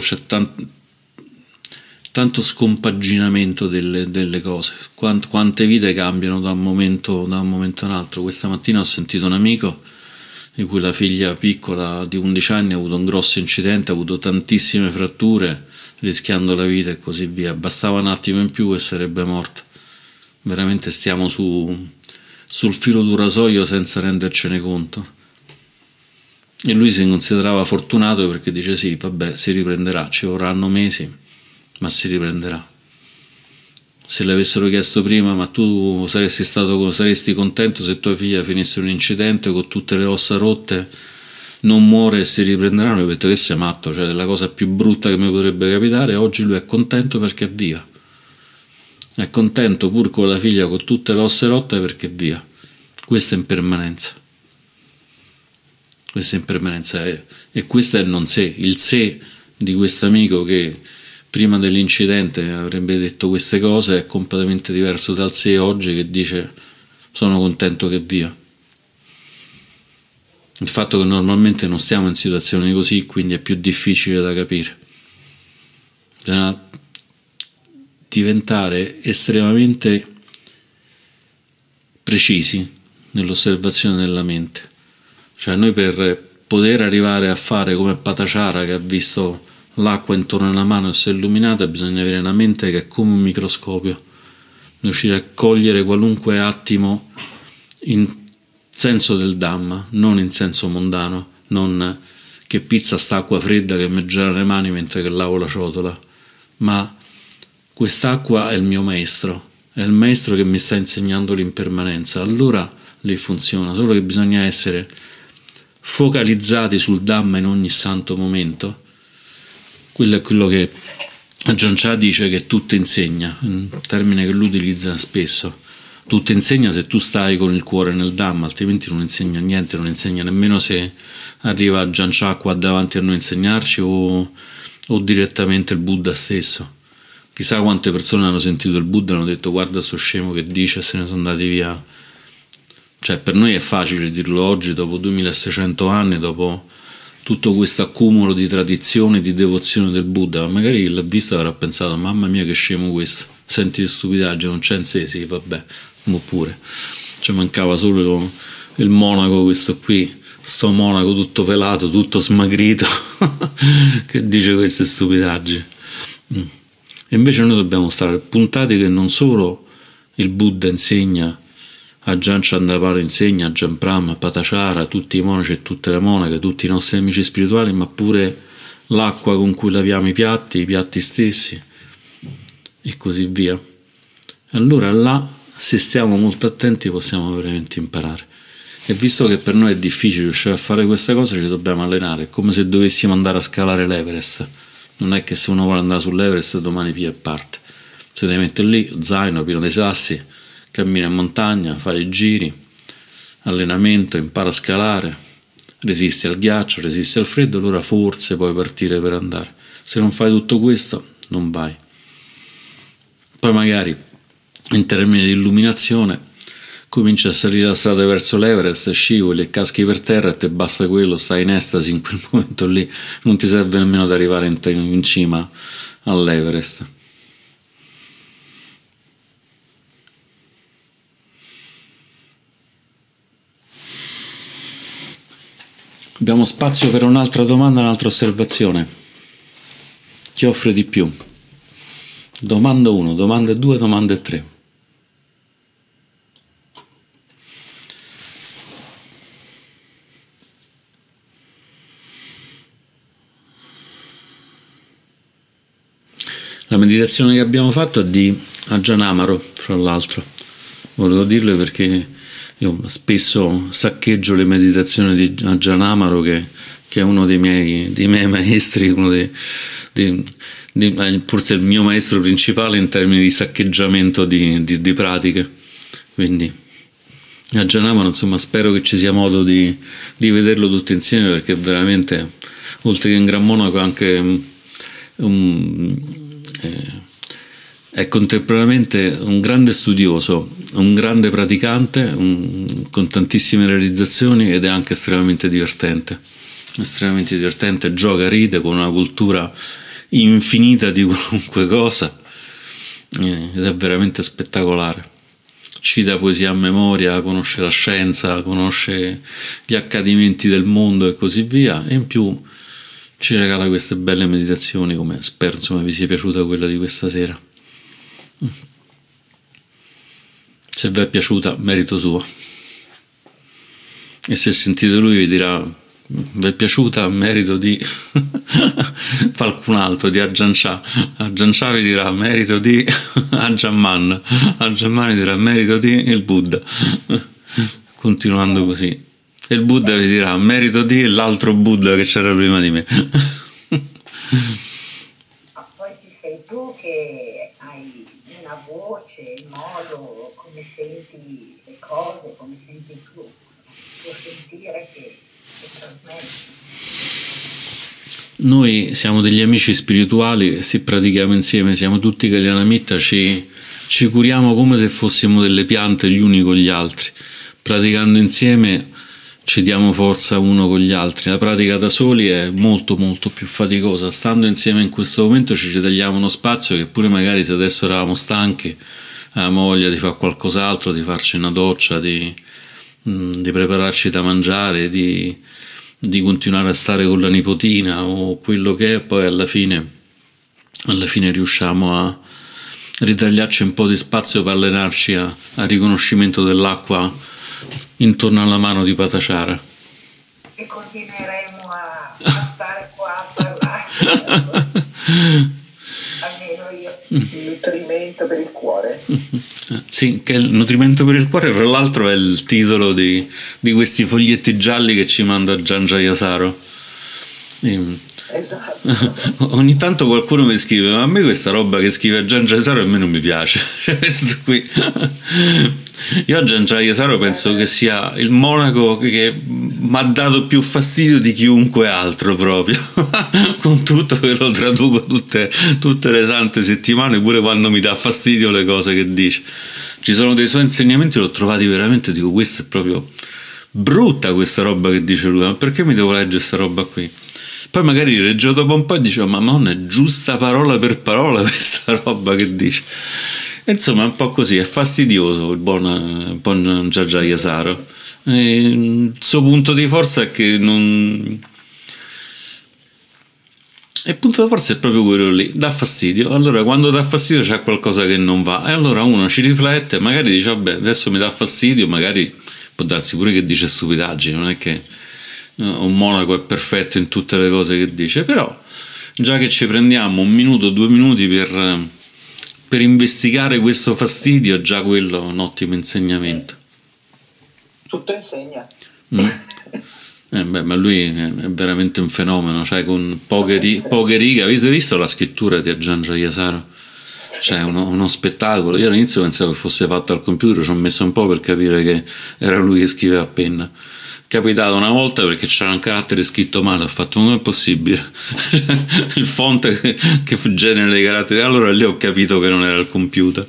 scompaginamento delle cose, quante vite cambiano da un momento a un altro. Questa mattina ho sentito un amico di cui la figlia piccola di 11 anni ha avuto un grosso incidente, ha avuto tantissime fratture, rischiando la vita e così via. Bastava un attimo in più e sarebbe morta. Veramente stiamo sul filo d'un rasoio senza rendercene conto. E lui si considerava fortunato perché dice sì, vabbè, si riprenderà, ci vorranno mesi, ma si riprenderà. Se le avessero chiesto prima, ma tu saresti contento se tua figlia finisse un incidente con tutte le ossa rotte, non muore e si riprenderà? Lui ha detto che sei matto, cioè è la cosa più brutta che mi potrebbe capitare. Oggi lui è contento perché è via, è contento pur con la figlia con tutte le ossa rotte perché è via. Questa è impermanenza. E questo è il non sé, il sé di quest'amico che prima dell'incidente avrebbe detto queste cose è completamente diverso dal sé oggi che dice sono contento che via. Il fatto che normalmente non stiamo in situazioni così, quindi è più difficile da capire. Bisogna diventare estremamente precisi nell'osservazione della mente. Cioè noi per poter arrivare a fare come Patachara, che ha visto l'acqua intorno alla mano e si è illuminata, bisogna avere una mente che è come un microscopio, riuscire a cogliere qualunque attimo in senso del Dhamma, non in senso mondano, non che pizza sta acqua fredda che mi gela le mani mentre che lavo la ciotola, ma quest'acqua è il mio maestro, è il maestro che mi sta insegnando l'impermanenza. Allora lì funziona, solo che bisogna essere focalizzati sul Dhamma in ogni santo momento. Quello è quello che Ajahn Chah dice che tutto insegna, un termine che lui utilizza spesso. Tutto insegna se tu stai con il cuore nel Dhamma, altrimenti non insegna niente, non insegna nemmeno se arriva Ajahn Chah qua davanti a noi a insegnarci o direttamente il Buddha stesso. Chissà quante persone hanno sentito il Buddha e hanno detto guarda sto scemo che dice e se ne sono andati via. Cioè per noi è facile dirlo oggi, dopo 2600 anni, dopo tutto questo accumulo di tradizioni, di devozione del Buddha, ma magari chi l'ha visto avrà pensato mamma mia che scemo questo, senti che stupidaggine, non c'è in sé, sì vabbè, oppure ci mancava solo il monaco questo qui, sto monaco tutto pelato, tutto smagrito che dice queste stupidaggini. E invece noi dobbiamo stare puntati che non solo il Buddha insegna, Ajahn Chandapala insegna, Ajahn Brahm, Patachara, tutti i monaci e tutte le monache, tutti i nostri amici spirituali, ma pure l'acqua con cui laviamo i piatti stessi e così via. Allora là, se stiamo molto attenti, possiamo veramente imparare. E visto che per noi è difficile riuscire a fare queste cose, ci dobbiamo allenare. È come se dovessimo andare a scalare l'Everest. Non è che se uno vuole andare sull'Everest domani pia e parte. Se ti metti lì, zaino pieno di sassi, cammina in montagna, fai i giri, allenamento, impara a scalare, resisti al ghiaccio, resisti al freddo, allora forse puoi partire per andare. Se non fai tutto questo, non vai. Poi magari, in termini di illuminazione, cominci a salire la strada verso l'Everest, scivoli e caschi per terra e te basta quello, stai in estasi in quel momento lì, non ti serve nemmeno ad arrivare in cima all'Everest. Abbiamo spazio per un'altra domanda, un'altra osservazione. Chi offre di più? Domanda 1, domande 2, domande 3. La meditazione che abbiamo fatto è di Ajahn Amaro, fra l'altro. Volevo dirlo perché io spesso saccheggio le meditazioni di Ajahn Amaro che che è uno dei miei maestri, forse il mio maestro principale in termini di saccheggiamento di pratiche. Quindi a Janamana, insomma, spero che ci sia modo di vederlo tutti insieme, perché veramente, oltre che un gran monaco, anche è contemporaneamente un grande studioso, un grande praticante, con tantissime realizzazioni, ed è anche estremamente divertente, gioca, ride, con una cultura infinita di qualunque cosa, ed è veramente spettacolare. Cita poesia a memoria, conosce la scienza, conosce gli accadimenti del mondo e così via, e in più ci regala queste belle meditazioni, come spero, insomma, vi sia piaciuta quella di questa sera. Se vi è piaciuta, merito suo, e se sentite lui vi dirà vi è piaciuta, merito di qualcun altro, di Ajahn Chah vi dirà merito di Ajahn Man vi dirà merito di il Buddha, continuando così, e il Buddha vi dirà merito di l'altro Buddha che c'era prima di me. Ma poi ci sei tu che hai una voce, il modo come senti le cose, come senti il tuo sentire che trasmetti. Noi siamo degli amici spirituali, si pratichiamo insieme, siamo tutti Kalyanamitta, ci curiamo come se fossimo delle piante gli uni con gli altri. Praticando insieme ci diamo forza uno con gli altri. La pratica da soli è molto molto più faticosa. Stando insieme in questo momento ci tagliamo uno spazio che pure magari, se adesso eravamo stanchi, avevamo voglia di fare qualcos'altro, di farci una doccia, di prepararci da mangiare, di continuare a stare con la nipotina o quello che è, poi alla fine riusciamo a ritagliarci un po' di spazio per allenarci al riconoscimento dell'acqua intorno alla mano di Patachara. E continueremo a stare qua a parlare. Almeno io. Il nutrimento per il cuore. Sì, che il nutrimento per il cuore, tra l'altro, è il titolo di questi foglietti gialli che ci manda Ajahn Jayasaro. Esatto. Ogni tanto qualcuno mi scrive: ma a me questa roba che scrive Ajahn Jayasaro a me non mi piace. Questo qui. Io Ajahn Jayasaro penso che sia il monaco che mi ha dato più fastidio di chiunque altro, proprio. Con tutto che lo traduco tutte le sante settimane, pure quando mi dà fastidio le cose che dice. Ci sono dei suoi insegnamenti, l'ho trovati veramente, dico, questo è proprio brutta questa roba che dice lui, ma perché mi devo leggere questa roba qui? Poi magari leggevo dopo un po' e dicevo: ma non è giusta parola per parola questa roba che dice. E insomma è un po' così, è fastidioso il buon Ajahn Jayasaro. Il suo punto di forza è che non... il punto di forza è proprio quello lì, dà fastidio. Allora quando dà fastidio c'è qualcosa che non va, e allora uno ci riflette, magari dice: vabbè, adesso mi dà fastidio, magari può darsi pure che dice stupidaggini, non è che un monaco è perfetto in tutte le cose che dice, però già che ci prendiamo 1 minuto, 2 minuti per investigare questo fastidio, già quello è un ottimo insegnamento. Tutto insegna. Ma lui è veramente un fenomeno, cioè con poche righe. Avete visto la scrittura di Ajahn Jayasaro? Cioè uno spettacolo. Io all'inizio pensavo che fosse fatto al computer, ci ho messo un po' per capire che era lui che scriveva a penna. Capitato una volta perché c'era un carattere scritto male, ho fatto: non è possibile. Il font che genera dei caratteri, allora lì ho capito che non era il computer.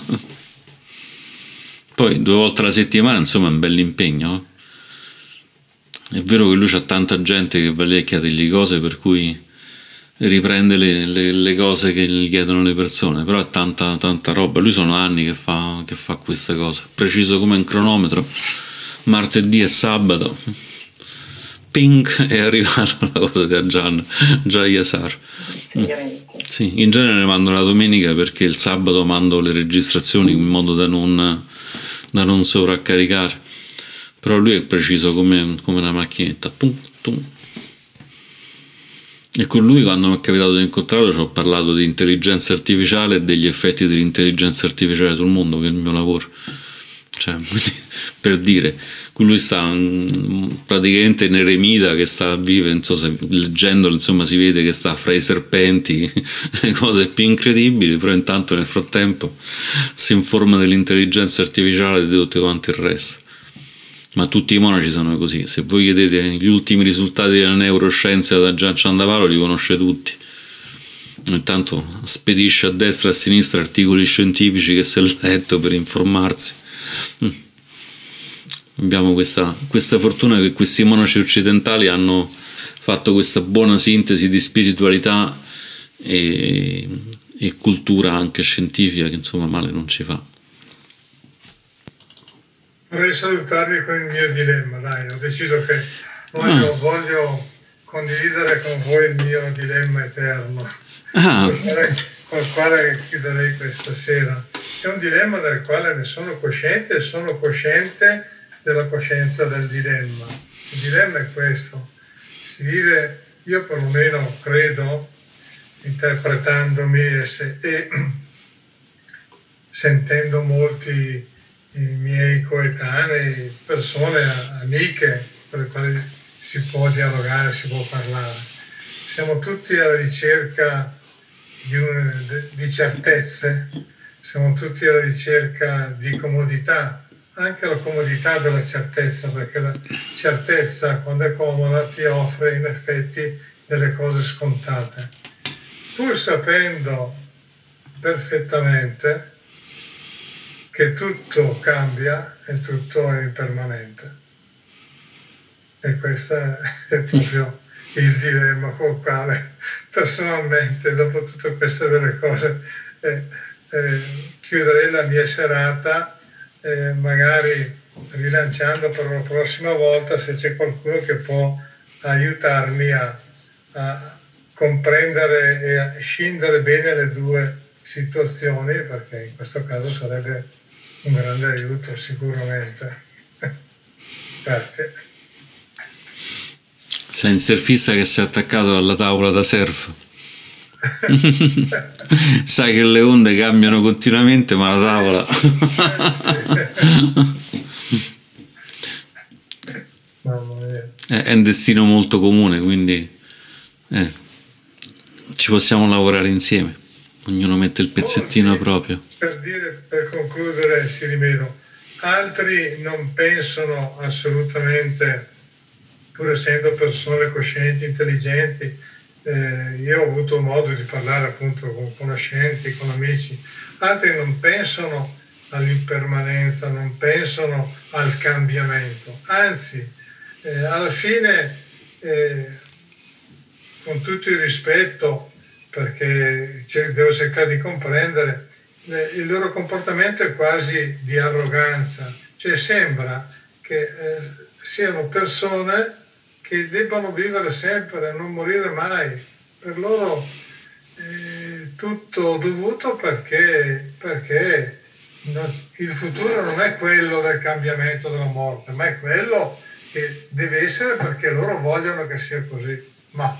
Poi 2 volte alla settimana, insomma, è un bell'impegno. È vero che lui c'ha tanta gente che va lì a chiedergli cose, per cui riprende le cose che gli chiedono le persone, però è tanta roba. Lui sono anni che fa queste cose, preciso come un cronometro. Martedì e sabato, ping, è arrivata la cosa di Ajahn Jayasaro. Sì, in genere mando la domenica, perché il sabato mando le registrazioni in modo da non sovraccaricare, però lui è preciso come una macchinetta. E con lui, quando mi è capitato di incontrarlo, ci ho parlato di intelligenza artificiale e degli effetti dell'intelligenza artificiale sul mondo, che è il mio lavoro. Cioè, per dire, lui sta praticamente in eremita, che sta a vivere, non so se leggendolo, insomma, si vede che sta fra i serpenti, le cose più incredibili, però intanto nel frattempo si informa dell'intelligenza artificiale e di tutto quanto il resto. Ma tutti i monaci sono così. Se voi chiedete gli ultimi risultati della neuroscienza da Gian Ciandavaro, li conosce tutti. Intanto spedisce a destra e a sinistra articoli scientifici che si è letto per informarsi. Abbiamo questa fortuna che questi monaci occidentali hanno fatto questa buona sintesi di spiritualità e cultura anche scientifica, che insomma male non ci fa. Vorrei salutarvi con il mio dilemma, dai, ho deciso che voglio condividere con voi il mio dilemma eterno, col quale chiuderei questa sera. È un dilemma del quale ne sono cosciente e sono cosciente della coscienza del dilemma. Il dilemma è questo: si vive, io perlomeno credo, interpretandomi e sentendo molti i miei coetanei, persone amiche con le quali si può dialogare, si può parlare. Siamo tutti alla ricerca di certezze, siamo tutti alla ricerca di comodità, anche la comodità della certezza, perché la certezza, quando è comoda, ti offre in effetti delle cose scontate, pur sapendo perfettamente che tutto cambia e tutto è impermanente. E questo è proprio il dilemma col quale personalmente, dopo tutte queste belle cose, chiuderei la mia serata, magari rilanciando per la prossima volta se c'è qualcuno che può aiutarmi a comprendere e a scindere bene le due situazioni, perché in questo caso sarebbe un grande aiuto sicuramente. Grazie. Sei un surfista che si è attaccato alla tavola da surf. Sai che le onde cambiano continuamente, ma la tavola è un destino molto comune, quindi ci possiamo lavorare insieme, ognuno mette il pezzettino proprio. Per concludere, si rimedo, altri non pensano assolutamente, pur essendo persone coscienti, intelligenti. Io ho avuto modo di parlare appunto con conoscenti, con amici, altri non pensano all'impermanenza, non pensano al cambiamento, anzi alla fine, con tutto il rispetto, perché devo cercare di comprendere, il loro comportamento è quasi di arroganza, cioè sembra che siano persone che debbano vivere sempre, non morire mai. Per loro è tutto dovuto perché il futuro non è quello del cambiamento della morte, ma è quello che deve essere perché loro vogliono che sia così. Ma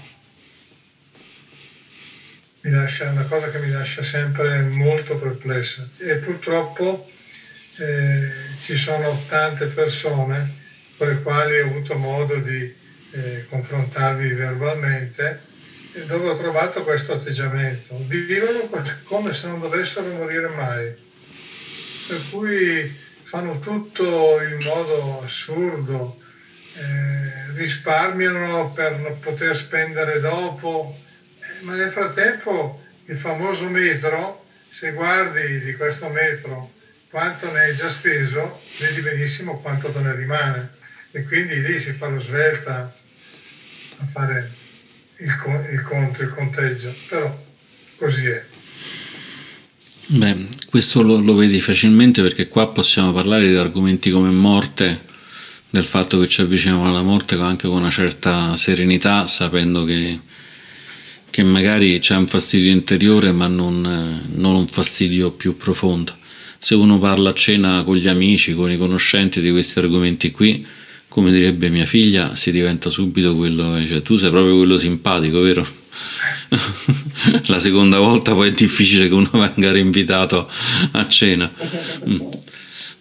è una cosa che mi lascia sempre molto perplessa. E purtroppo ci sono tante persone con le quali ho avuto modo di confrontarvi verbalmente, dove ho trovato questo atteggiamento: vivono come se non dovessero morire mai, per cui fanno tutto in modo assurdo, risparmiano per non poter spendere dopo, ma nel frattempo il famoso metro, se guardi di questo metro quanto ne hai già speso, vedi benissimo quanto te ne rimane, e quindi lì si fa lo svelta a fare il conto, il conteggio, però così è. Beh, questo lo vedi facilmente, perché qua possiamo parlare di argomenti come morte, del fatto che ci avviciniamo alla morte anche con una certa serenità, sapendo che magari c'è un fastidio interiore, ma non un fastidio più profondo. Se uno parla a cena con gli amici, con i conoscenti di questi argomenti qui, come direbbe mia figlia, si diventa subito quello, cioè tu sei proprio quello simpatico, vero? La seconda volta poi è difficile che uno venga rinvitato a cena.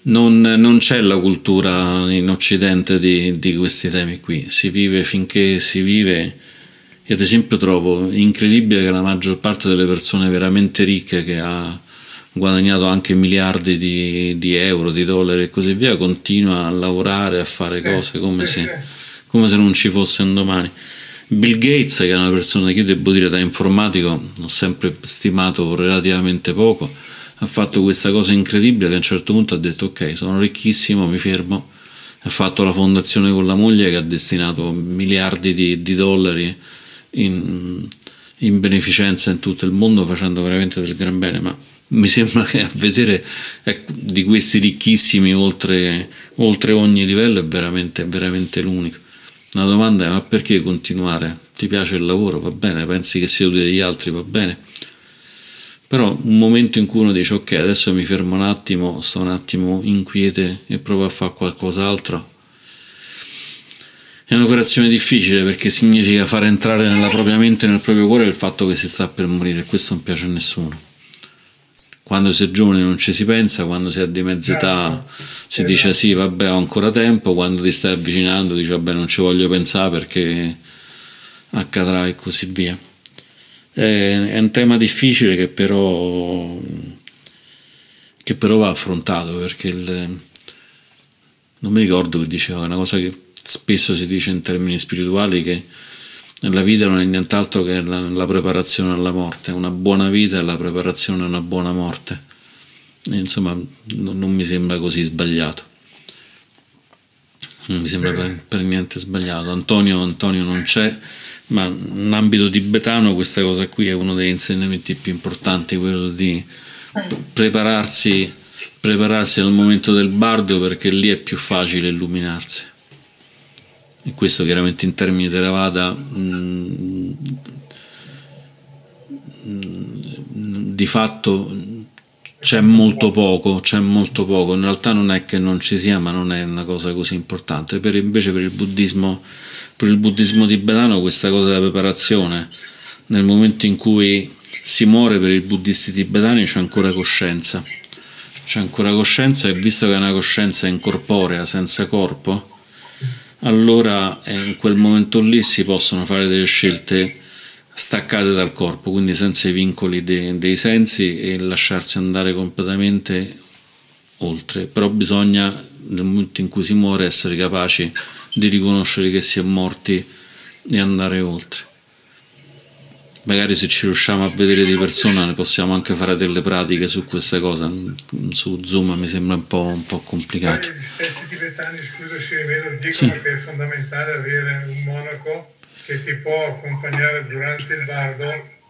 non c'è la cultura in Occidente di questi temi qui. Si vive finché si vive. Io ad esempio trovo incredibile che la maggior parte delle persone veramente ricche, che ha guadagnato anche miliardi di euro, di dollari e così via, continua a lavorare, a fare cose come se non ci fosse un domani. Bill Gates, che è una persona che io devo dire da informatico ho sempre stimato relativamente poco, ha fatto questa cosa incredibile che a un certo punto ha detto ok, sono ricchissimo, mi fermo. Ha fatto la fondazione con la moglie che ha destinato miliardi di dollari in beneficenza in tutto il mondo, facendo veramente del gran bene. Ma mi sembra che a vedere di questi ricchissimi oltre ogni livello è veramente l'unico. La domanda è: ma perché continuare? Ti piace il lavoro? Va bene, pensi che sia utile agli altri? Va bene, però un momento in cui uno dice ok, adesso mi fermo un attimo, sto un attimo inquiete e provo a fare qualcos'altro, è un'operazione difficile, perché significa far entrare nella propria mente, nel proprio cuore, il fatto che si sta per morire, e questo non piace a nessuno. Quando si è giovane non ci si pensa, quando si è di mezza età si dice sì, vabbè, ho ancora tempo, quando ti stai avvicinando dici vabbè, non ci voglio pensare perché accadrà e così via. È un tema difficile che però va affrontato, perché non mi ricordo che diceva, una cosa che spesso si dice in termini spirituali, che la vita non è nient'altro che la preparazione alla morte. Una buona vita è la preparazione a una buona morte. E insomma, non mi sembra così sbagliato. Non mi sembra per niente sbagliato. Antonio non c'è, ma in ambito tibetano questa cosa qui è uno degli insegnamenti più importanti, quello di prepararsi al momento del bardo, perché lì è più facile illuminarsi. E questo chiaramente in termini Theravada di fatto c'è molto poco, in realtà non è che non ci sia, ma non è una cosa così importante. Invece per il buddismo tibetano questa cosa della preparazione, nel momento in cui si muore, per i buddisti tibetani c'è ancora coscienza, e visto che è una coscienza incorporea, senza corpo, allora in quel momento lì si possono fare delle scelte staccate dal corpo, quindi senza i vincoli dei sensi, e lasciarsi andare completamente oltre. Però bisogna, nel momento in cui si muore, essere capaci di riconoscere che si è morti e andare oltre. Magari se ci riusciamo a vedere di persona ne possiamo anche fare delle pratiche su questa cosa. Su Zoom mi sembra un po' complicato. Gli stessi tibetani, scusa se rivedo, dicono che è fondamentale avere un monaco che ti può accompagnare durante il bardo,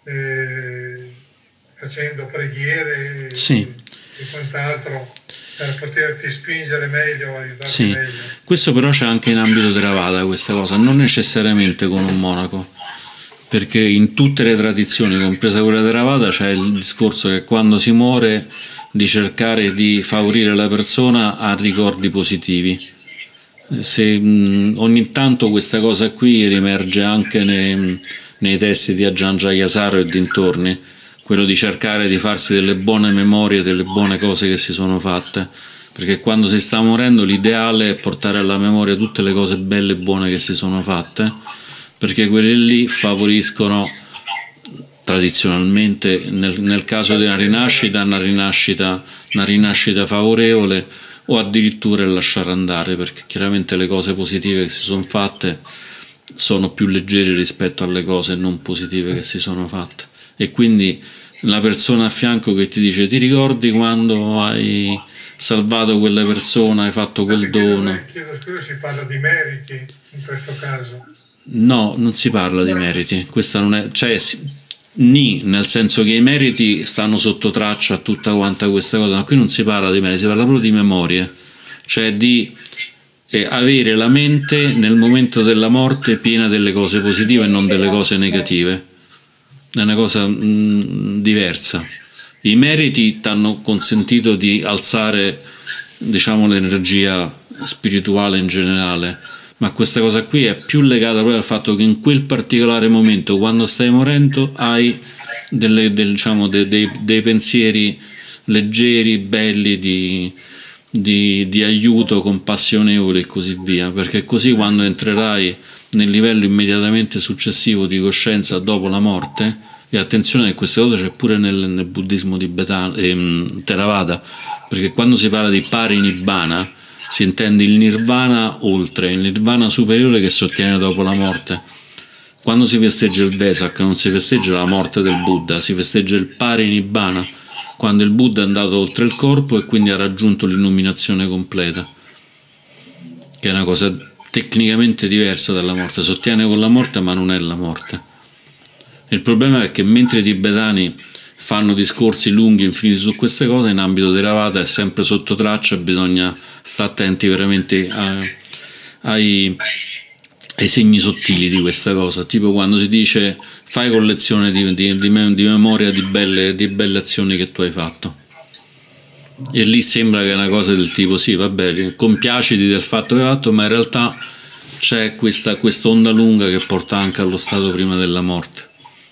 facendo preghiere e quant'altro, per poterti spingere meglio, aiutarti meglio. Questo però c'è anche in ambito Theravada questa cosa, non necessariamente con un monaco, perché in tutte le tradizioni, compresa quella Theravada, c'è il discorso che quando si muore di cercare di favorire la persona a ricordi positivi. Ogni tanto questa cosa qui riemerge anche nei testi di Ajahn Jayasaro e dintorni, quello di cercare di farsi delle buone memorie delle buone cose che si sono fatte, perché quando si sta morendo l'ideale è portare alla memoria tutte le cose belle e buone che si sono fatte, perché quelle lì favoriscono tradizionalmente, nel caso di una rinascita favorevole, o addirittura il lasciare andare, perché chiaramente le cose positive che si sono fatte sono più leggere rispetto alle cose non positive che si sono fatte. E quindi la persona a fianco che ti dice: ti ricordi quando hai salvato quella persona, hai fatto quel dono? Chiedo scusa, si parla di meriti in questo caso? No, non si parla di meriti, questa non è, nel senso che i meriti stanno sotto traccia a tutta quanta questa cosa, ma qui non si parla di meriti, si parla proprio di memorie, cioè di avere la mente nel momento della morte piena delle cose positive e non delle cose negative. È una cosa diversa. I meriti ti hanno consentito di alzare, diciamo, l'energia spirituale in generale, ma questa cosa qui è più legata proprio al fatto che in quel particolare momento, quando stai morendo, hai dei pensieri leggeri, belli, di di aiuto compassionevole e così via, perché così quando entrerai nel livello immediatamente successivo di coscienza dopo la morte, e attenzione che queste cose c'è pure nel buddismo tibetano, Theravada, perché quando si parla di parinibbana si intende il nirvana oltre, il nirvana superiore che si ottiene dopo la morte. Quando si festeggia il Vesak non si festeggia la morte del Buddha, si festeggia il parinibbana, quando il Buddha è andato oltre il corpo e quindi ha raggiunto l'illuminazione completa, che è una cosa tecnicamente diversa dalla morte, si ottiene con la morte ma non è la morte. Il problema è che mentre i tibetani fanno discorsi lunghi e infiniti su queste cose, in ambito Theravada è sempre sotto traccia, bisogna stare attenti veramente ai segni sottili di questa cosa, tipo quando si dice fai collezione di memoria di belle azioni che tu hai fatto, e lì sembra che è una cosa del tipo sì vabbè, compiaciti del fatto che hai fatto, ma in realtà c'è questa onda lunga che porta anche allo stato prima della morte.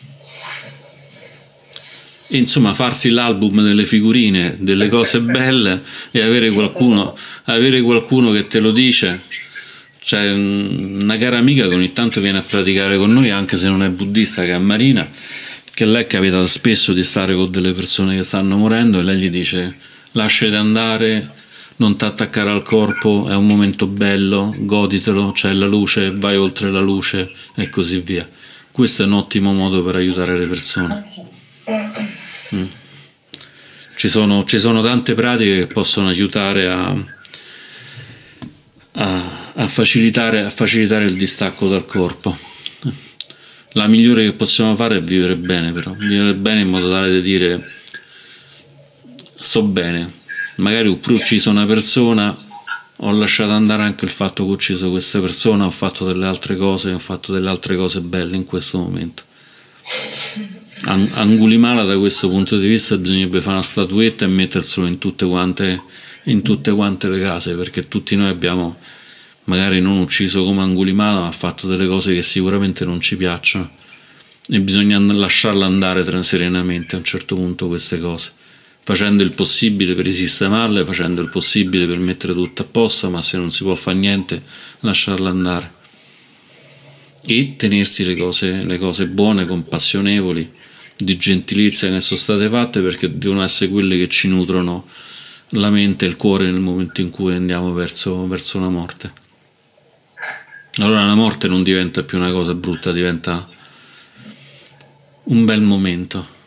E insomma, farsi l'album delle figurine, delle cose belle, e avere qualcuno che te lo dice. C'è una cara amica che ogni tanto viene a praticare con noi, anche se non è buddista, che è Marina, che lei capita spesso di stare con delle persone che stanno morendo e lei gli dice lasciati andare, non ti attaccare al corpo, è un momento bello, goditelo, c'è la luce, vai oltre la luce e così via. Questo è un ottimo modo per aiutare le persone. Ci sono tante pratiche che possono aiutare a facilitare il distacco dal corpo. La migliore che possiamo fare è vivere bene, però vivere bene in modo tale da dire sto bene, magari ho pure ucciso una persona, ho lasciato andare anche il fatto che ho ucciso questa persona, ho fatto delle altre cose belle in questo momento. Angulimala da questo punto di vista bisognerebbe fare una statuetta e metterselo in tutte quante le case, perché tutti noi abbiamo magari non ucciso come Angulimala, ma ha fatto delle cose che sicuramente non ci piacciono e bisogna lasciarla andare serenamente a un certo punto queste cose, facendo il possibile per risistemarle, facendo il possibile per mettere tutto a posto, ma se non si può fare niente lasciarla andare e tenersi le cose buone, compassionevoli, di gentilezza che ne sono state fatte, perché devono essere quelle che ci nutrono la mente e il cuore nel momento in cui andiamo verso la morte. Allora la morte non diventa più una cosa brutta, diventa un bel momento.